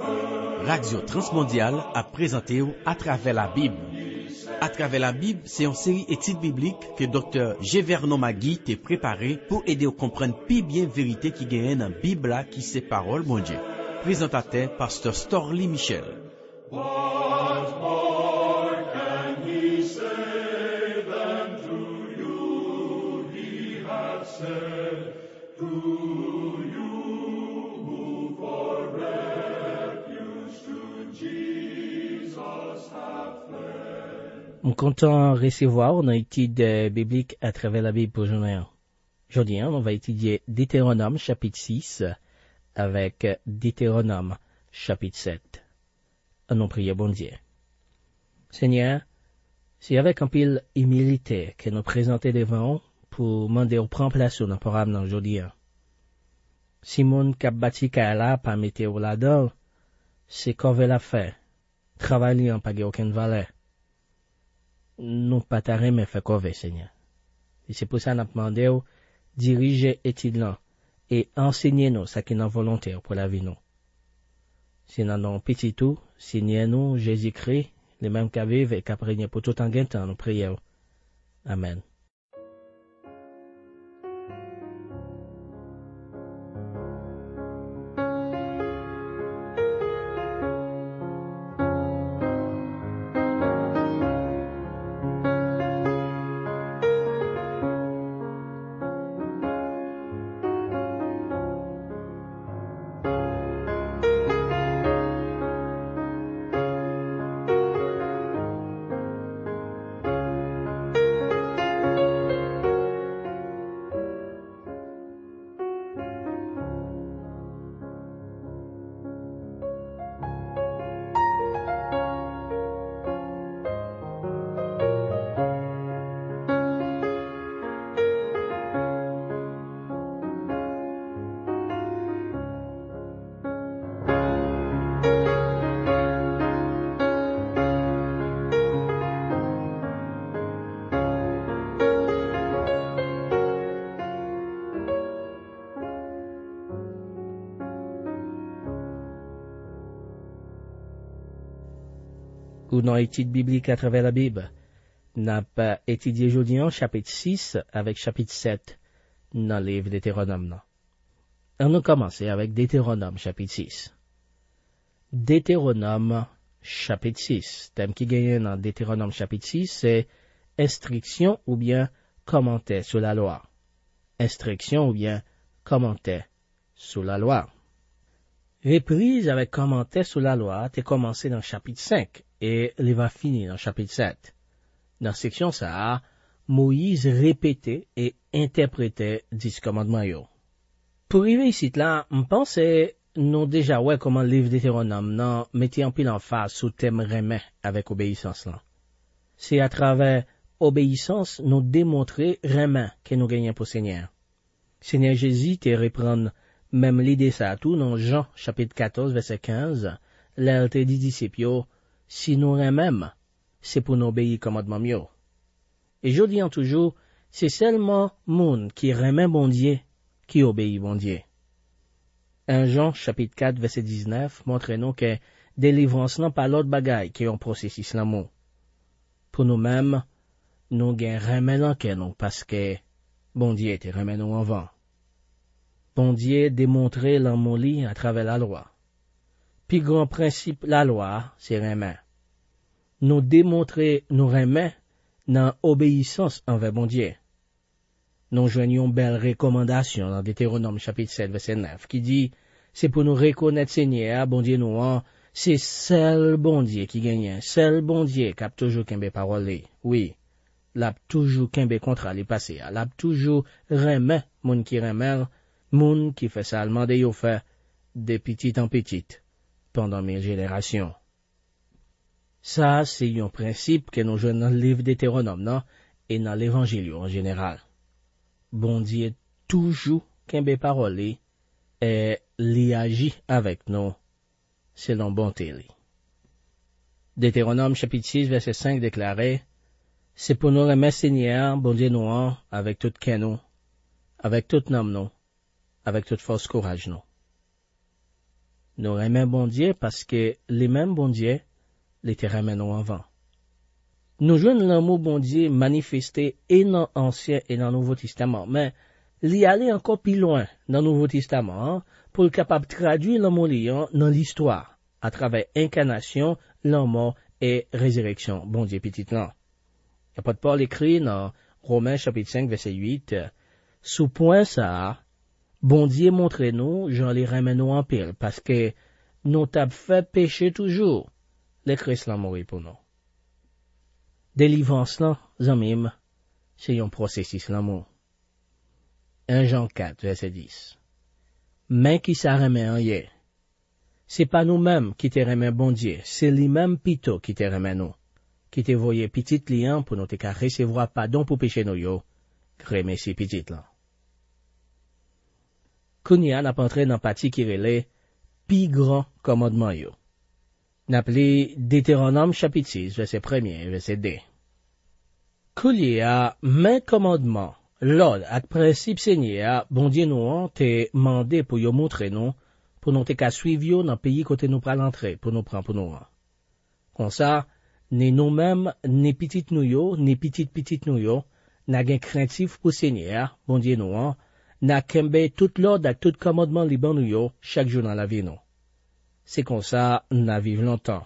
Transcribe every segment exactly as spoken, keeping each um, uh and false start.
Radio Transmondiale a présenté à travers la Bible. À travers la Bible, c'est une série études bibliques que docteur Gévernon Magui t'a préparé pour aider à comprendre plus bien la vérité qui gagne dans la Bible qui c'est parole mon Dieu. Présentateur Pasteur Storly Michel. Je suis content de recevoir une étude biblique à travers la Bible pour aujourd'hui. Aujourd'hui, on va étudier Deutéronome chapitre six avec Deutéronome chapitre sept. Nous prions bon Dieu. Seigneur, c'est avec un pile humilité que nous présentons devant pour demander au prendre place dans le programme aujourd'hui. Si mon cap bâti là pas mettre au là-dedans, c'est qu'on veut la faire. Travailler en pas aucune valeur. Nous pas t'arrêter mais faire quoi Seigneur. Et c'est pour ça nous demandé de diriger étudiants et enseigner nous ce qui est volontaire pour la vie nous. Si nous avons petit tout, Seigneur nous Jésus-Christ, les mêmes qu'à vivre et qu'à régner pour tout en gain temps, nous prions. Amen. Ou dans l'étude biblique à travers la Bible, n'a pas étudié aujourd'hui en chapitre six avec chapitre sept dans le livre Deutéronome. On nous commencer avec Deutéronome chapitre six. Deutéronome chapitre six. Thème qui gagne dans Deutéronome chapitre six, c'est instruction ou bien commentaire sur la loi. Instruction ou bien commentaire sur la loi. Reprise avec commentaire sur la loi, t'es commencé dans chapitre cinq et il va finir dans chapitre sept. Dans section ça, Moïse répétait et interprétait dix commandements yo. Pour arriver ici là, on pense nous déjà ouais comment le livre Deutéronome non mettait en pile en face sous thème remet avec obéissance là. C'est à travers obéissance nous démontrer remet que nous gagnons pour Seigneur. Seigneur Jésus te reprendre même l'idée ça tout dans Jean chapitre quatorze verset quinze, là il te dit disciples si nous remet c'est pour nous obéir commandement mieux. Et je dis en toujours, c'est seulement monde qui remet bon Dieu, qui obéit bon Dieu. un Jean chapitre quatre verset dix-neuf montre nous que délivrance n'a pas l'autre bagaille qui est un processus l'amour. Pour nous-mêmes, nous gain remet dans que nous parce que bon Dieu te remet nous en vent. Bon Dieu démontrer l'amour li à travers la loi. Puis grand principe la loi, c'est remet. Nous démontrer nous remet dans obéissance envers bon Dieu. Nous joignons belle recommandation dans Deutéronome chapitre sept verset neuf qui dit c'est pour nous reconnaître Seigneur, bon Dieu nous en, c'est seul bon Dieu qui gagne, seul bon Dieu qui a toujours qu'un parole. Oui, l'a toujours qu'un contrat les passé, l'a toujours remet moun qui remet, moun qui fait ça demander yo fait de petit en petit pendant mille générations. Ça, c'est un principe que nous jouons dans le livre Deutéronome, non? Et dans l'évangile en général. Bon Dieu, toujours, qu'un parole, et l'y agit avec nous, selon bonté. Deutéronome chapitre six, verset cinq déclarait, c'est pour nous remettre Seigneur, bon Dieu nous, avec tout canon, avec tout nom nous, avec toute force courage nous. Nous remet bon Dieu parce que les mêmes bon Dieu les te remet nous avant. Nous jouons l'amour bon Dieu manifesté et dans l'Ancien et dans le Nouveau Testament, mais l'y aller encore plus loin dans le Nouveau Testament hein, pour être capable de traduire l'amour liant dans l'histoire à travers incarnation, la mort et résurrection. Bon Dieu petit là. L'apôtre Paul écrit dans Romains chapitre cinq verset huit, sous point ça, bon Dieu montre-nous, j'en les remets nous en pile, parce que nous t'avons fait pécher toujours. Le Christ l'a mort pour nous. Délivrance là, zamim, c'est un processus l'amour. un Jean quatre, verset dix. Mais qui ça remet en yé? C'est pas nous-mêmes qui te remet bon Dieu, c'est lui-même pito qui te remet nous, qui te voyait petit liant pour nous te qu'à recevoir pardon pour pécher nous yo, crémer si petit là. Kounia n'a pas entré dans partie qui relait pi grand commandement yo. N'appelé Deutéronome chapitre six, verset premier, verset deux. Koulia, main commandement, l'ordre ak principe seigneur, bon Dieu nous te mandé pour yo montrer nous, pour nous te qu'à suivre yo dans pays côté nous pral entrer, pour nous prendre pour nous. Comme ça, ni nous-mêmes, ni petit nous yo, ni petit petit nous yo, n'a gen craintif pour seigneur, bon Dieu nous n'a kembe tout l'ordre ak tout commandement liban nous yo, chaque jour dans la vie nous. C'est comme ça, n'a vive longtemps.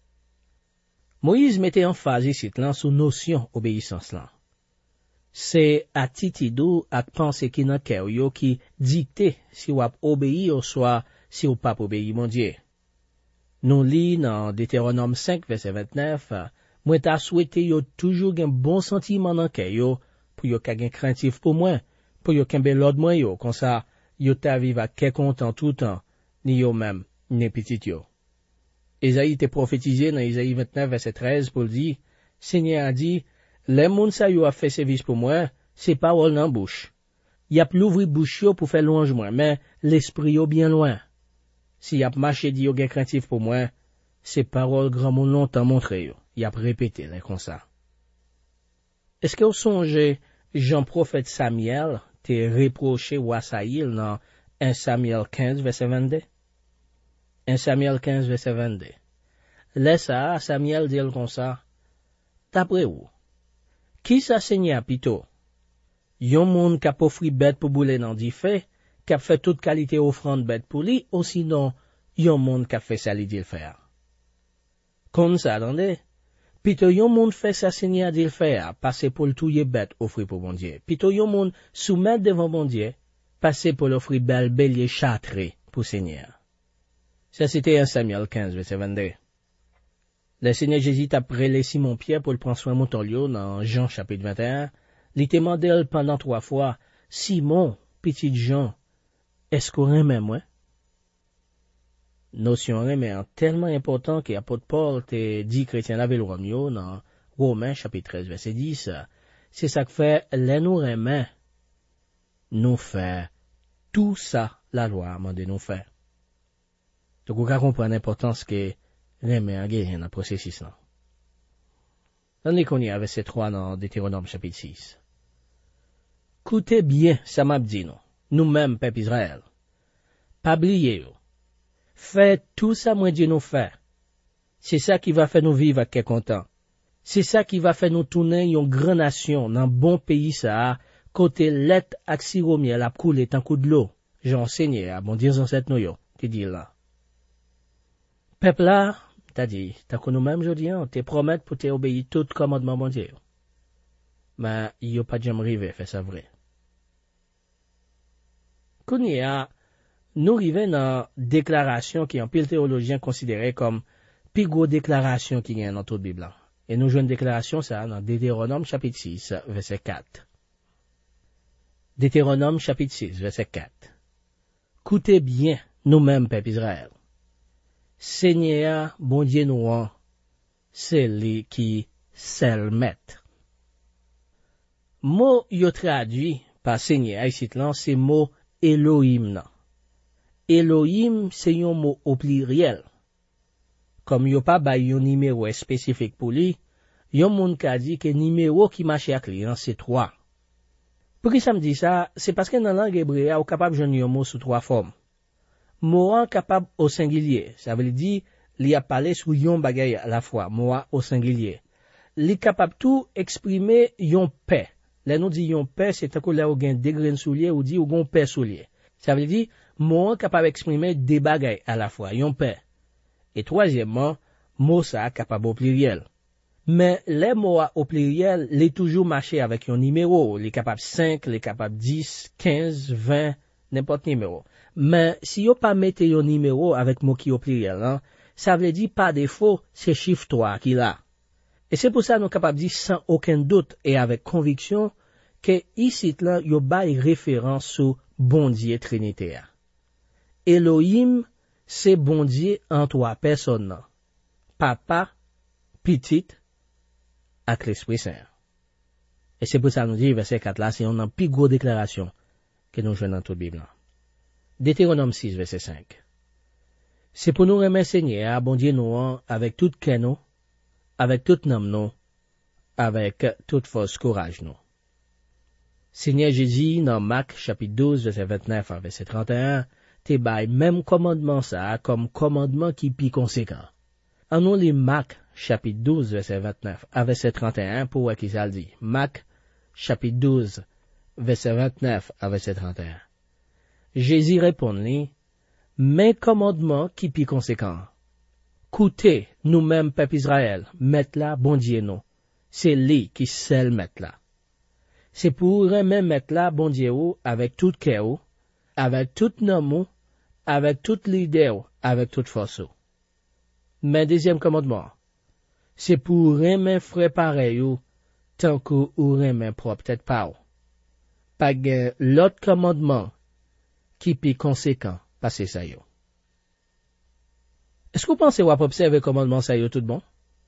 Moïse mettait en phase ici là sous notion obéissance là. C'est attitude ak pensée qui nan cœur yo qui dicte si ou ap obéi ou soit si ou pas obéi mon Dieu. Nous lit dans Deutéronome cinq verset vingt-neuf, moi t'a souhaité yo toujours gen bon sentiment dans cœur yo pour yo ka gen craintif pour moi, pour yo kembe l'ordre moi yo comme ça yo t'a vivre ak content tout temps, ni yo même ni petit yo. Esaïe te prophétisé dans Esaïe vingt-neuf, verset treize, pour dire, Seigneur a dit, les moun sa yo a fait service pour moi, c'est parole dans bouche. Y a l'ouvri bouche yo pour faire louange moi, mais l'esprit yo bien loin. Si y a marché di yo gen craintif pour moi, c'est parole grand moun longtemps montré yo. Y a répété là comme ça. Est-ce que vous songez, Jean prophète Samuel te reproché ou assailli dans un Samuel quinze, verset vingt-deux? un Samuel quinze, verset vingt-deux. Laisse ça, Samuel dit comme ça. D'après vous, qui ça Seigneur pito? Yon moun k'ap offri bête pour bouler dans di fait, k'ap fait toute qualité offrande bête pour lui, ou sinon, yon moun k'ap fait ça li dit le faire. Comme ça, attendez. Pito yon moun fait ça Seigneur dit le faire, passer pour le touyer bête offri pour bon Dieu. Pito yon moun soumettre devant bon Dieu, passer pour l'offrir belle bélier châtré pour Seigneur. Ça, c'était un Samuel quinze, verset vingt-deux. Le Seigneur Jésus t'a prélé Simon-Pierre pour le prendre soin montagneux dans Jean chapitre vingt et un. Il t'a demandé pendant trois fois, Simon, petit Jean, est-ce qu'on remet moi? Notion remet tellement important que l'apôtre Paul t'a dit chrétien la le Romeo dans Romains chapitre treize, verset dix. C'est ça que fait, les nous remet, nous fait tout ça, la loi a demandé nous faire. Donc, vous comprenez l'importance que remet en guerre dans le processus là. On est connu avec ces trois dans Deutéronome chapitre six. Écoutez bien, ça m'a dit nous, nous-mêmes, peuple Israël. Pas oublier, faites tout ça, moi Dieu nous fait. C'est ça qui va faire nous vivre avec content. C'est ça qui va faire nous tourner une grande nation dans bon pays ça, côté let ak sirop miel a couler tant coup de l'eau. J'ai enseigné à bon Dieu dans cette noyo, qui dit là. Peuple là, t'as dit, t'as que nous-mêmes, je dis, te promettre pour t'obéir tout commandement bon Dieu. Mais, il n'y a pas de jamais arrivé, fait ça vrai. Kounia, nous arrivons dans déclaration qui en pile théologien considéré comme plus grosse déclaration qui y a dans toute Bible. Et nous jouons une déclaration, ça, dans Deutéronome chapitre six, verset quatre. Deutéronome chapitre six, verset quatre. Écoutez bien, nous-mêmes, peuple Israël. Seigneur, bon Dieu nous, c'est lui qui seul maître. Mot yo traduit par Seigneur ici là, c'est mot Elohim nan. Elohim c'est un mot au pluriel. Comme yo pas ba yon numéro spécifique pour lui, yon moun ka dit que numéro qui marche avec lui c'est trois. Pour qui ça me dit ça, c'est parce que dans la langue hébraïque on capable joindre un mot sous trois formes. Moi capable au singulier, ça veut dire li a parlé sur yon bagay à la fois, moi au singulier. Li capable tout exprimer yon paix. Là nous dit yon paix, c'est tant que là ou gen des graines soulier ou dit ou gon paix soulier. Ça veut dire moi capable exprimer des bagay à la fois, yon paix. Et troisièmement, mot ça capable au pluriel. Mais les mots au pluriel, les toujours marché avec yon numéro, les capable cinq, les capable dix, quinze, vingt, n'importe numéro. Mais si yo pas mette yon numéro avec mot qui au pluriel, hein, ça veut dire par défaut, c'est chiffre trois qui là. Et c'est pour ça nous capable dire sans aucun doute et avec conviction que ici là yo bail référence sur bon Dieu trinitaire. Elohim, c'est bon Dieu en trois personnes. Papa, petit, avec l'Esprit Saint. Et c'est pour ça nous dit verset quatre là, c'est une plus grosse déclaration que nous jouons dans toute la Bible. Deutéronome six, verset cinq. C'est pour nous remercier Seigneur, bon Dieu nous, avec tout cœur nous, avec tout nom nous, avec toute force courage nous. Seigneur Jésus, dans Marc, chapitre douze, verset vingt-neuf à verset trente et un, te bail même commandement ça, comme commandement qui pi conséquent. En nous les Marc, chapitre douze, verset vingt-neuf à verset trente et un, pour qui ça le dit. Marc, chapitre douze, verset vingt-neuf à verset trente et un. Jésus répond-lui, mais commandement qui pi conséquent. Coutez, nous-mêmes, peuple Israël, mettre là, bon Dieu nous. C'est lui qui seul mettre là. C'est pour même mettre là, bon Dieu, avec tout cœur, avec tout nom, avec toute l'idée, avec toute force. Mais deuxième commandement, c'est pour remettre frère pareil, tant que ou remettre propre tête pas. Pas l'autre commandement, qui pi conséquent, passer ça yo. Est-ce que vous pensez ou observer le commandement ça yo tout bon?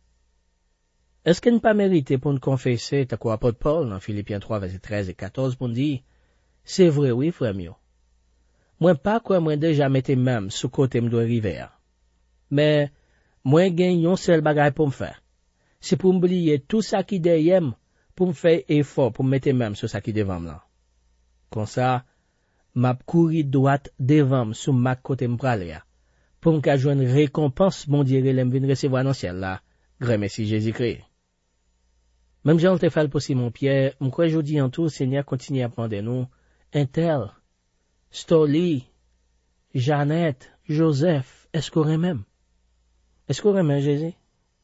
Est-ce qu'il n'est pas mérité pour nous confesser, t'as quoi apôtre Paul, dans Philippiens trois, verset treize et quatorze, pour nous dire, c'est vrai, oui, frère mio. Moi, pas quoi, moi, déjà, mettez même, sous côté m'doit arriver. Mais, moi, gagne un seul bagage pour me faire. C'est pour m'oublier tout ça qui derrière, pour me faire effort, pour me mettre même sur ça qui devant là. Comme ça, m'a couru droite devant, sous ma côté m'praler, pour me joindre une récompense, mon Dieu, l'aime venir recevoir dans le ciel là. Grand merci Jésus-Christ. Même Jean te fait pour Simon Pierre, m'crois je dis en tout, Seigneur continue à prendre nous, Intel, Stoli, Jeannette, Joseph, est-ce qu'on même? Est-ce qu'on même Jésus?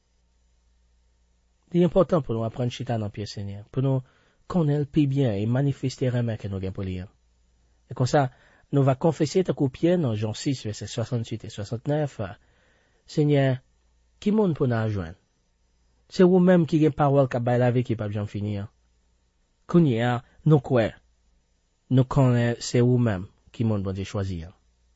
C'est important pour nous apprendre chita dans pied Seigneur, pour nous connaître plus bien et manifester remède que nous gagnons pour lui. Et comme ça, nous va confesser ta copienne dans Jean six, verset soixante-huit et soixante-neuf, Seigneur, qui monde pour nous rejoindre? C'est vous-même qui avez parole qui baille la vie qui pas bien finir. Kounia, nous quoi? Nous connaissons, c'est vous-même qui monde pour choisir.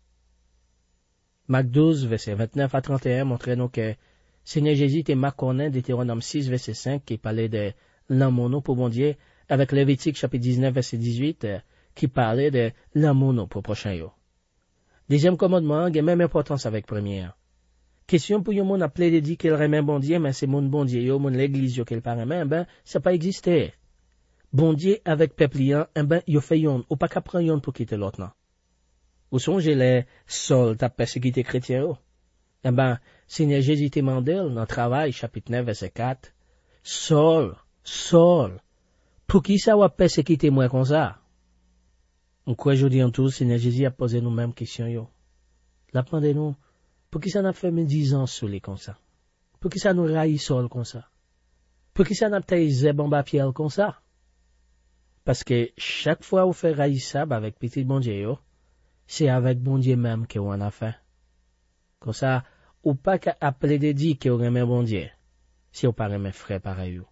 Marc douze, verset vingt-neuf à trente et un, montre nous que Seigneur Jésus te m'a connaît Deutéronome six, verset cinq, qui parlait de l'amour pour bon Dieu, avec Lévitique chapitre dix-neuf, verset dix-huit, qui parlait de l'amour pour prochain yo. Deuxième commandement, il y a même importance avec première. Question pour yon moun appelé de dire qu'elle remet bon Dieu, mais c'est mon bon Dieu, yo, mon l'église, yo, qu'elle paraît, ben, ça pas existé. Bon Dieu avec peuple yon, eh ben, yo fait yon, ou pas qu'à prendre yon pour quitter l'autre, non. Ou songez les sols t'a persécuté chrétien, yo. Eh ben, Seigneur Jésus te mandel, dans travail, chapitre neuf, verset quatre, Saul, Saul, pour qui ça va persécuter moi comme ça? On croit aujourd'hui en tout, Seigneur Jésus a posé nous mêmes questions, yo. La demandez nous, pour qui ça n'a fait dix ans sous les comme ça? Pour qui ça nous raille sol comme ça? Pour qui ça n'a taisé bon papier comme ça? Parce que chaque fois où fait raille ça avec petit bon Dieu, c'est avec bon Dieu même que on a fait. Comme ça, ou pas qu'à appeler de dire que on remet bon Dieu, si on pas remet frère pareil.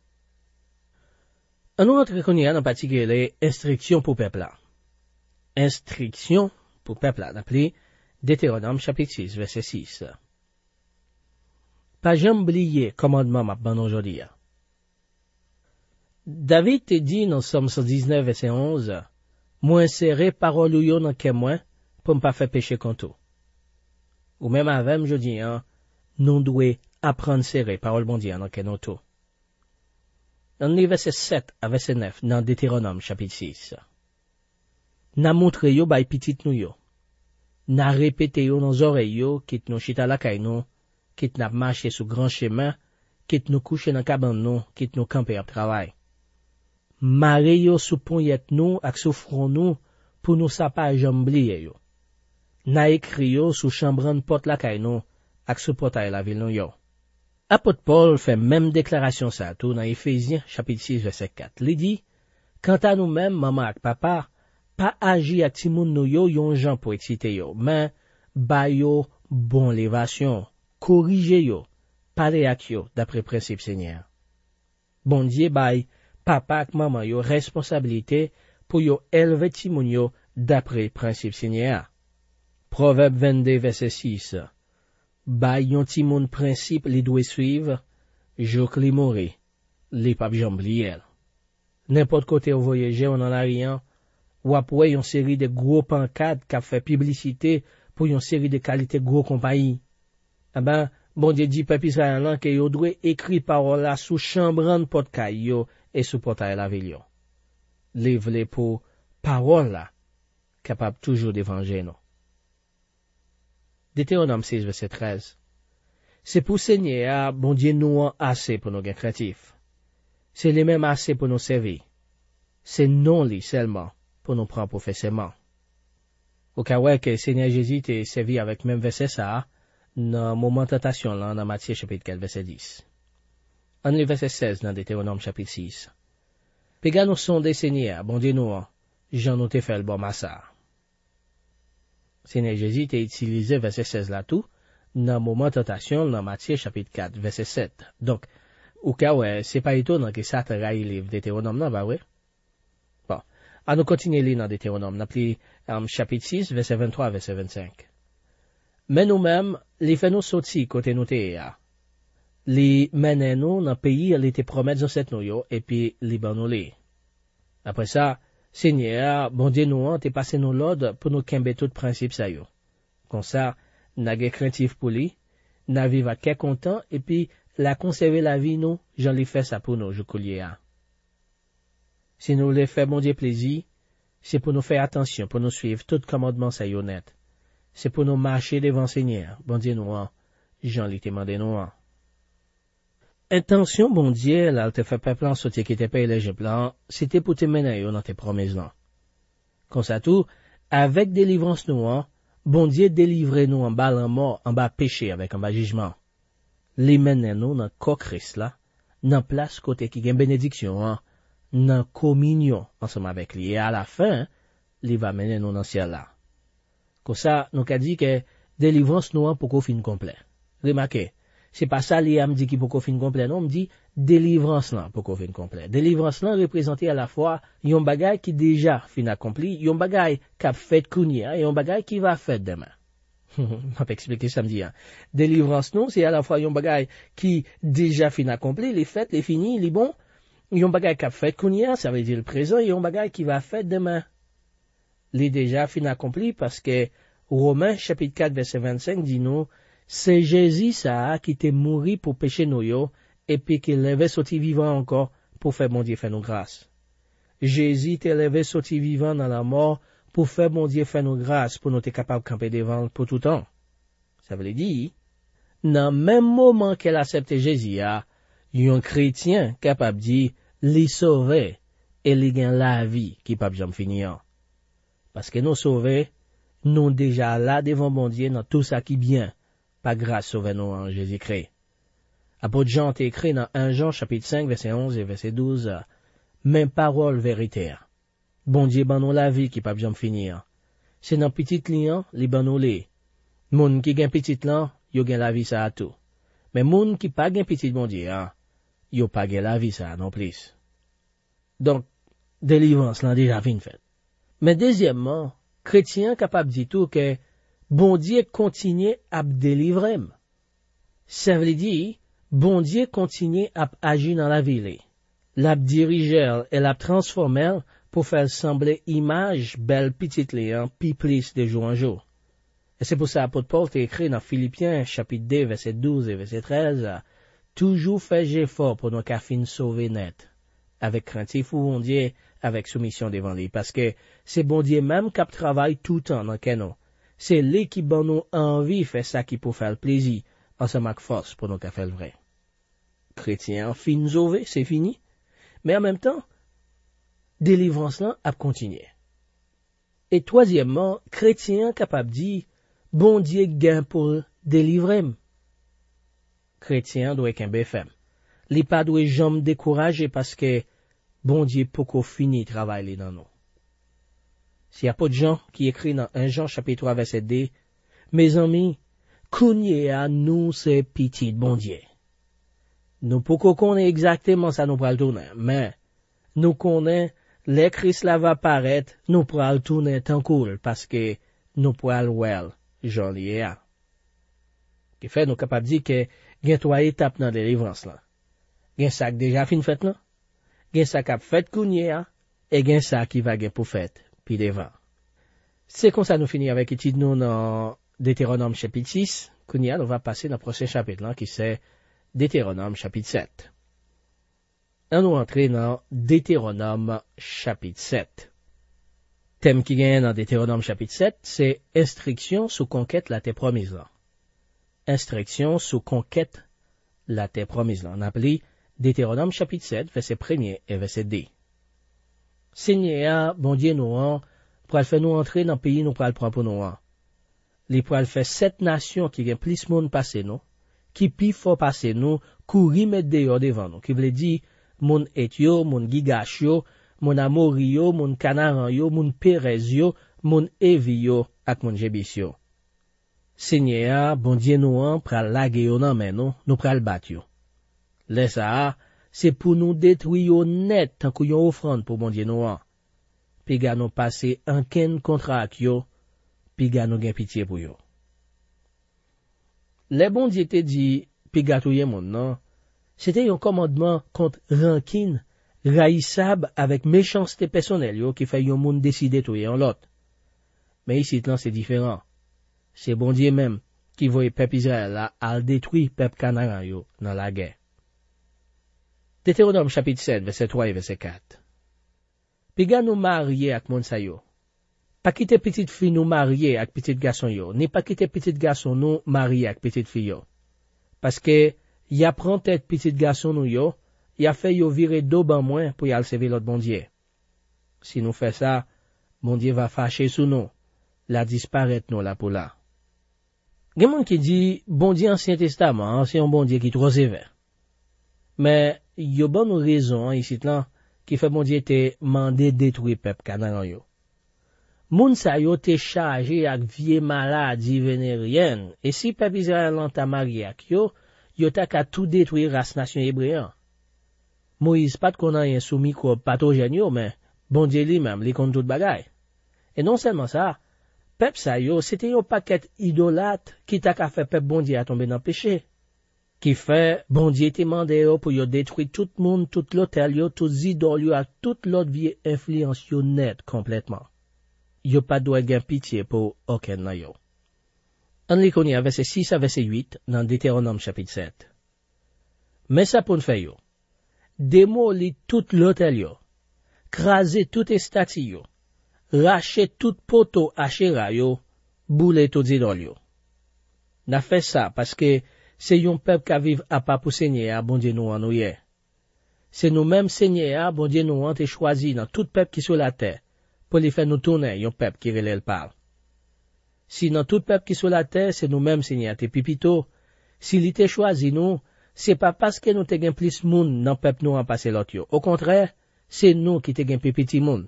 Un autre reconnaît en particulier instruction pour peuple là. Instruction pour peuple là, appelé Deutéronome chapitre six, verset six. Pas jamais oublier commandement m'a ban aujourd'hui. David te dit dans Somme cent dix-neuf, verset onze, moi insérer parole ou yon dans que moi, pour ne pas faire pécher contre tout. Ou même avec, je dis, hein, nous devons apprendre serrer parole bon Dieu dans que nous tout. Dans les versets sept à verset neuf, dans Deutéronome chapitre six. N'a montré yo bay petit nou yo. n'a répété yo dans oreilles yo, quitte nous chita la kay nous, quitte n'a marché sous grand chemin, quitte nous coucher dans cabane nous, quitte nous camper à travail. Mare yo sous ponyet nous, ak sous front nous, pour nous sa pa jamblier yo. N'a écrit yo sous chambran porte la kay nous, ak sous portail la ville nous yo. Apôtre Paul fait même déclaration ça tout dans Éphésiens chapitre six verset quatre. Il dit, quant à nous-mêmes, maman ak papa, pas agi ak ti moun nou yo yon jan pour exciter yo, mais ba yo bon l'évation, corriger yo, parler ak yo d'après principe Seigneur. Bon Dieu bay papa ak maman yo responsabilité pour yo élever ti moun yo d'après principe Seigneur. Proverbe vingt-deux verset six. Bay yon ti moun principe li doit suivre, jour li mori, li pa jamblier. N'importe côté où voyager on en a rien, ou après une série de gros pancartes qui a fait publicité pour une série de qualités gros compagnie. Eh ben, bon Dieu dit peuple israélien que yo doit écrit parole là sous chambran porte caillou et sous portail la ville. Livre pour parole là, capable toujours d'évangile nous. Deutéronome six verset treize. C'est pour Seigneur, bon Dieu nous assez pour nos gains créatifs. C'est les mêmes assez pour nous servir. C'est non li seulement pour nous prendre professionnellement. Au cas où que Seigneur Jésus t'est servi avec même verset ça, dans moment tentation là, dans Matthieu chapitre quatre verset dix. En le verset seize dans Deutéronome chapitre six. Péga nous sont des Seigneurs, bon Dieu nous, j'en nous t'ai fait le bon massa. Seigneur Jésus t'a utilisé verset seize là tout, dans moment tentation dans Matthieu chapitre quatre verset sept. Donc, au cas où c'est pas étonnant que ça te raille livre Deutéronome non, bah ouais. Bon, à nous continuer lire dans Deutéronome, n'appli um, chapitre six verset vingt-trois verset vingt-cinq. Mais nous-mêmes, les fait nous sortir côté nous t'es là. Les mène nous dans pays les te promettre dans cette nous et puis les ban nous les. Après ça, Seigneur, bon Dieu nous t'es passé nous l'ordre pour nous kembe tout principe ça yo. Comme ça, n'a gué craintif pour lui, n'a vivre qu'à content et puis la conserver la vie nous, j'en l'ai fait ça pour nous, je collier à. Si nous les fait bon Dieu plaisir, c'est pour nous faire attention, pour nous suivre tout commandement ça y honnête. C'est pour nous marcher devant Seigneur, bon Dieu nous, j'en l'ai demandé nous. Intention, bon Dieu, là, te fait peuple en sauter qui était pas éligible, c'était pour te mener dans tes promesses là. Comme ça tout, avec délivrance nous, bon Dieu délivrer nous en bas la mort, en bas péché avec en bas jugement. Les mener nous dans corps Christ là, dans place côté qui gagne bénédiction, hein, dans communion ensemble avec lui. Et à la fin, il va mener nous dans le ciel là. Comme ça, nous qu'a dit que délivrance nous pour qu'on fin complet. Remarquez, c'est pas ça li a me dit qu'il pour qu'on fin complet, non, me dit délivrance là pour qu'on fin complet. Délivrance là représente à la fois yon bagay qui déjà fin accompli, yon bagay qu'a fait kounia et yon bagay qui va faire demain. On peut expliquer samedi. Hein. Délivrance non, c'est à la fois yon bagay qui déjà fin accompli, les fêtes, les finis, les bons. Yon bagay qu'a fait kounia, ça veut dire le présent, et yon bagay qui va faire demain. Les déjà fin accompli parce que Romains chapitre quatre verset vingt-cinq dit nous, c'est Jésus ça qui t'est mouru pour pécher nous yo, et puis qui l'avait sorti vivant encore pour faire bon Dieu faire nous grâce. Jésus t'est levé sorti vivant dans la mort pour faire bon Dieu faire nous grâce pour nous être capable de camper devant pour tout temps. Ça veut dire, dans le même moment qu'elle accepte Jésus, a un chrétien capable de dire, les sauver et les gagne la vie qui pas jamais finir. Parce que nous sauver, nous déjà là devant bon Dieu dans tout ça qui bien, pas grâce sauver nous en Jésus-Christ. Apôtre Jean t'a écrit dans un Jean chapitre cinq verset onze et verset douze, même parole véritaire. Bon Dieu ban nous la vie qui pas jamais finir. C'est dans petit lian, li ban nous les. Moun qui gen petit lan, yo gen la vie ça à tout. Mais moun qui pas gen petit bon Dieu, hein, yo pas gen la vie ça non plus. Donc, délivrance là déjà fin fait. Mais deuxièmement, chrétien capable dit tout que bon Dieu continue à délivrer. Ça veut dire, bon Dieu continue à agir dans la vie. L'a diriger et l'a transformer pour faire sembler image belle petite léant, puis plus de jour en jour. Et c'est pour ça l'apôtre Paul t'a écrit dans Philippiens chapitre deux verset douze et verset treize, toujours fais effort pour nos cafines sauver net, avec craintif ou bon Dieu, avec soumission devant lui, parce que c'est bon Dieu même qui travaille tout le temps dans canon. c'est lui qui ban nous envie fait ça qui pour faire le plaisir, ensemble avec force pour nous faire le vrai. Chrétien fin nous sauver, c'est fini. Mais en même temps, délivrance là a continué. Et troisièmement, chrétien capable dire, bon Dieu gain pour délivrer. Chrétien doit qu'un femme. Li pas doit jamais décourager parce que bon Dieu pour fini travailler dans nous. S'il y a pas de gens qui écrit dans un Jean chapitre trois verset deux, mes amis, kounye à nous c'est petit bon Dieu. Nous pouvons connaître exactement ça nous pral tourner, mais nous connaissons les Christ là va paraître, nous pral tourner tant cool parce que nous pral well, j'en ai à. Qui fait nous capable dire que gen trois étapes dans délivrance là. Gen ça déjà fin fait là. Gen ça cap fait kounye à et gen ça qui va gen pour fait puis devant. C'est comme ça nous finit avec étude nous dans Deutéronome chapitre six, kounye nous va passer dans le prochain chapitre là qui c'est Deutéronome chapitre sept. On nous entrer dans Deutéronome chapitre sept. Thème qui gagne dans Deutéronome chapitre sept, c'est instruction sous conquête la terre promise là. Instruction sous conquête la terre promise là. On appelle Deutéronome chapitre sept, verset premier et verset deux. Seigneur, bon Dieu nous en, pour faire nous entrer dans le pays nous pral prendre pour nous en. Les pral faire sept nations qui gagnent plus monde passer nous, qui pi fort passer nous, courir mettre dehors devant nous, qui veut dire moun Etio, moun Gigashio, moun Amorio, moun Canaranio, moun Perezio, moun Evio, ak moun Jebisio. Seigneur, bon Dieu nous en, pral lage yo nan men nous, nous pral bat yo. Le ça, c'est pour nous détruire net tant qu'on yon offrande pour bon Dieu nous en. Puis ga nous passer un ken contrat ak yo, puis ga nous gen pitié pour yo. Le bon Dieu te dit, puis gatouye mon non, c'était un commandement contre rancune, raïssable avec méchanceté personnelle yo qui fait yon moun décider touyer en l'autre. Mais ici, là, c'est différent. C'est bon Dieu même qui voit peuple Israël là à détruire peuple Canaan yo dans la guerre. Deutéronome chapitre sept, verset trois et verset quatre. Puis ga nous marier avec moun sa yo. Pas quitter petite fille nous marier avec petit garçon yo, ni pas quitter petit garçon nous marier avec petite fille yo. Parce que y a prend tête petit garçon nous yo, y a fait yo virer dos ban moins pour y aller servir l'autre bon Dieu. Si nous fait ça, bon Dieu va fâcher sous nous, la disparaître nous là pour là. Gen moun qui dit bon Dieu Ancien Testament, c'est un bon Dieu qui trop sévère. Mais y a bonne raison ici là qui fait bon Dieu te mandé détruire peuple Canaan yo. Moun sa yo te chargé ak vie maladie vénérienne, et si peuple Israël an ta marié ak yo, yo ta ka tout détruire race nation hébreu. Moïse pas konan yon sou microbe pathogène yo, mais bon Dieu lui-même li kon tout bagay. Et non seulement ça, peuple sa yo, c'était yon paquet idolâtre qui ta ka fait peuple bon Dieu a tomber dans péché. Qui fait bon Dieu te mandé yo pour yo détruire tout le monde, tout l'hôtel yo, tout idoles yo, à toute l'autre vie influence yo net complètement. Yo pas doit gen pitié pour aucun nan yo. On li konye a verset six à verset huit dans Deutéronome chapitre sept. Mais ça pour faire yo. Démoli tout l'hôtel yo. Craser tout estati yo. Racher tout poteau Achéra yo. Boule tout idoles yo. N'a fait ça parce que c'est yon peuple qui vive à pas pour Seigneur, bon Dieu nous en nous yé. C'est nous-mêmes Seigneur, bon Dieu nous en te choisi dans tout peuple qui sur la terre. Pour les faire nous tourner, yon peuple qui relève parle. Si dans tout peuple qui sur la terre, c'est nous-mêmes, Seigneur, te pipito, si li te choisi nous, c'est pas parce que nous te gen plus moun dans peuple nous en passé l'autre yo. Au contraire, c'est nous qui te gen plus petit moun.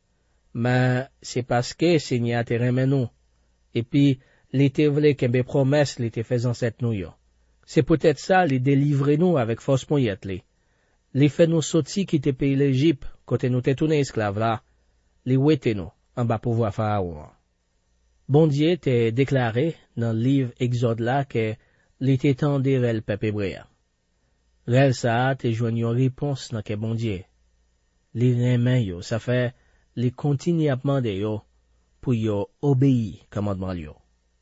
Mais c'est parce que Seigneur te remet nous. Et puis, li te vle kembe promesse li te faisant cette nous yo. C'est peut-être ça, li délivrer nous avec force moyette li. Li fait nous sorti qui te pays l'Égypte, côté nous te tourné esclave là. Les ouete nous, en bas pouvoir Pharaon. Bon Dieu t'a déclaré dans le livre Exode là que l'été tendait le peuple hébreu. Rel ça te joignent une réponse dans que bon Dieu. Les remen yo, ça fait les continuer à demander yo pour yo obéir commandement yo.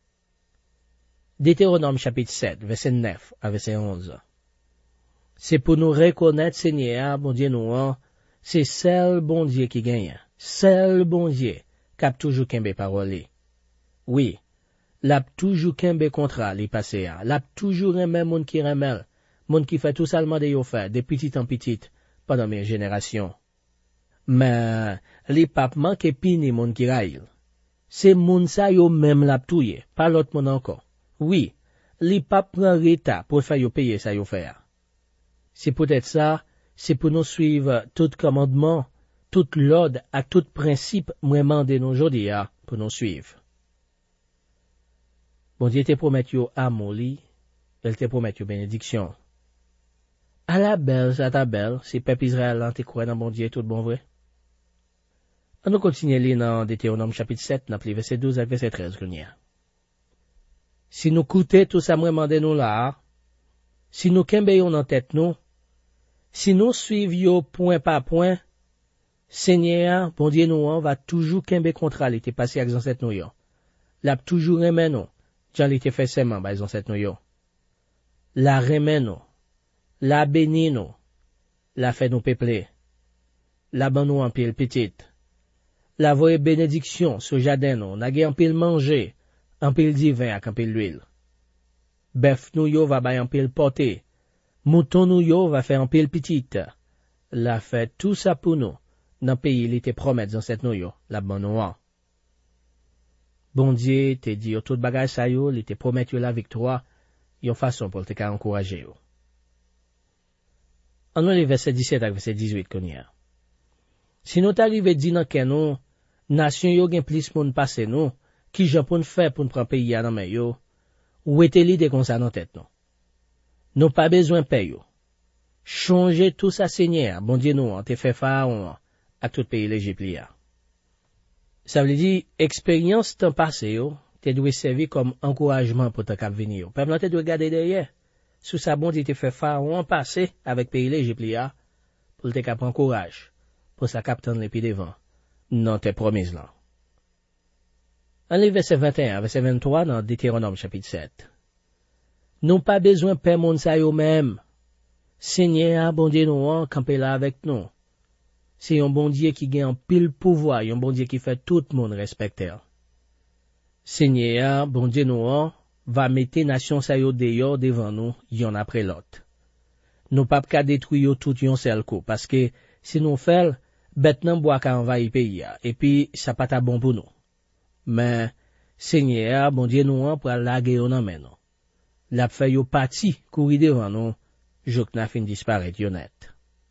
Deutéronome chapitre sept, verset neuf à verset onze. C'est pour nous reconnaître Seigneur, bon Dieu nous, c'est seul bon Dieu qui gagne. Seul bon Dieu, cap toujours kembe parole. Oui, L'a toujours kembe contrat li passé a. L'a toujours aimé moun qui remel, moun qui fait tout seulement de yo fait, de petit en petit, pendant mes générations. Mais, li pap manque pini moun qui rail. C'est moun sa yo même l'a touye, pas l'autre moun encore. Oui, li pap prend reta pour faire yo payer ça yo faire. C'est peut-être ça, c'est pour nous suivre tout commandement, tout l'ordre à tout principe vraiment de nos jours pour nous suivre. Bon Dieu te promet yo amour li, elle te promet yo bénédiction. À la belle, à ta belle, si peuple Israël te croit dans bon Dieu tout bon vrai. On nous continue li dans Deutéronome chapitre sept, dans les verset douze à verset treize. Si nous coûtons tout ça vraiment de nous là, si nous kembeyon en tête nous, si nous suivions point par point, Seigneur, bon Dieu nous va toujours kembe contrat l'été passé avec ancêtre nous yo. L'a toujours aimé nous, Jean l'été fait seulement avec ancêtre nous yo. La remet nous, la béni nous, la fait nous peupler, la ban nous en pile petite, la voie bénédiction sur jardin nous, n'a en pile manger, en pile divin avec en pile l'huile. Bœuf nous yo va bay en pile porter, mouton nous yo va faire en pile petite, la fait tout ça pour nous. Dans le pays, il était promet dans cette noyo, la bonne noix. Bon Dieu, te dit, tout bagage ça yo, il était promet la victoire, yon façon pour te ka encourager yo. En nous les versets dix-sept à verset dix-huit qu'on y a. Si nous t'arrive dit dans que nous, nation yo gen plus moun passe nous, qui j'en pour faire pour nous prendre pays à dans mais yo, ou était l'idée comme ça dans tête nous. Nous pas besoin payer yo. Changer tout ça Seigneur, bon Dieu nous, on te fait pharaon, à tout pays l'Égypte liya. Ça veut dire, expérience temps passé yo, te doit servir comme encouragement pour ta cap venir. Peuple te doit garder derrière. Sous sa bon Dieu te fait pharaon passé avec pays l'Égypte liya, pour te cap encourage, pour sa cap tendre les pieds devant. Non te promise là. En les verset vingt et un, verset vingt-trois dans Deutéronome chapitre sept. Nous pas besoin de paix moun sa yo même. Seigneur, bon Dieu nous, camper là avec nous. C'est un bon Dieu qui gagne un pile pouvoir, un bon Dieu qui fait tout le monde respecter. Seigneur, bon Dieu nous, va mettre nation sa yo dehors devant nous, yon après l'autre. Nous pas qu'à détruire tout yon seul coup, parce que si nous faisons, bête nan bois qu'à envahir pays, et puis ça pas ta bon pour nous. Mais, Seigneur, bon Dieu nous, pour laguer yon en main nous. La fait yo parti, courir devant nous, jok na fin disparaître yon net.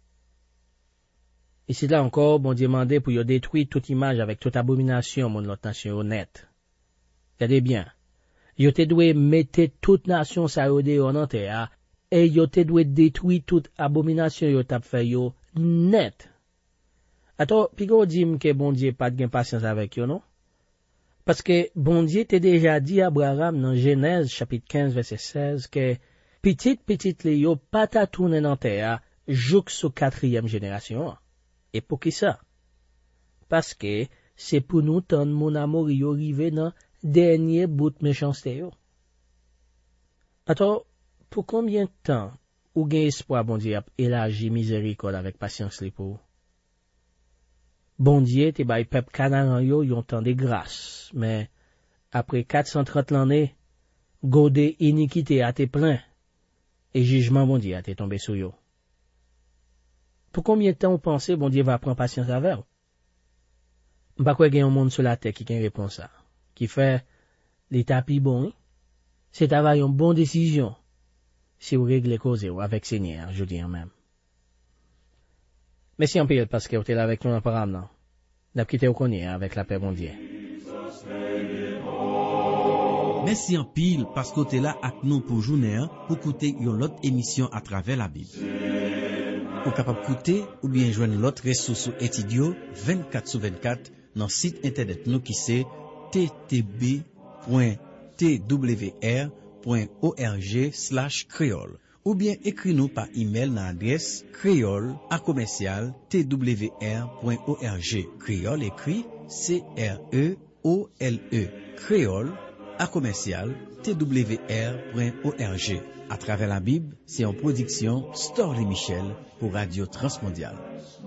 Et c'est là encore, bon Dieu demandé pour y détruire toute image avec toute abomination, mon l'autre nation honnête. Regardez bien. Yo te doué mettre toute nation sa yo de en terre, et yo te doué détruire toute abomination yo tap fait yo net. Attends, pigo dim que bon Dieu pas de patience avec yo, non? Parce que bon Dieu te déjà dit à Abraham dans Genèse chapitre quinze verset seize que petite petite li yo pas ta tourner dans terre, jouk sous quatrième génération. Et pour qui ça? Parce que c'est pour nous tendre mon amour yo rive dans dernier bout de méchanceté yo. Attends, pour combien de temps ou gen espoir bon Dieu a élargi miséricorde avec patience li pour? Bon Dieu te bay peuple Canaan yo yon temps de grâce, mais après quatre cent trente l'année, godé iniquité a te plein, et jugement bon Dieu a te tombé sur yo. Pour combien de temps vous pensez bon Dieu va prendre patience avec vous? M'pa quoi gen yon monde sur la terre qui gen réponse ça, qui fait l'état pi bon, c'est avoir une bonne décision si vous réglez cause avec Seigneur, je dis en même. Merci en pile parce que vous êtes là avec nous en parole, non? N'a quitté au connaît avec la paix, bon Dieu. Merci en pile parce que vous êtes là avec nous pour journée, pour écouter une autre émission à travers la Bible. Pour capable écouter ou bien joindre l'autre ressource étudio vingt-quatre sur vingt-quatre dans le site internet nous qui c'est t t b point t w r point org slash créole. Ou bien écris-nous par email dans l'adresse créole à commercial t w r point org. Créole écrit C R E O L E. Créole à commercial t w r point org. À travers la Bible, c'est en production Storlie Michel pour Radio Transmondiale.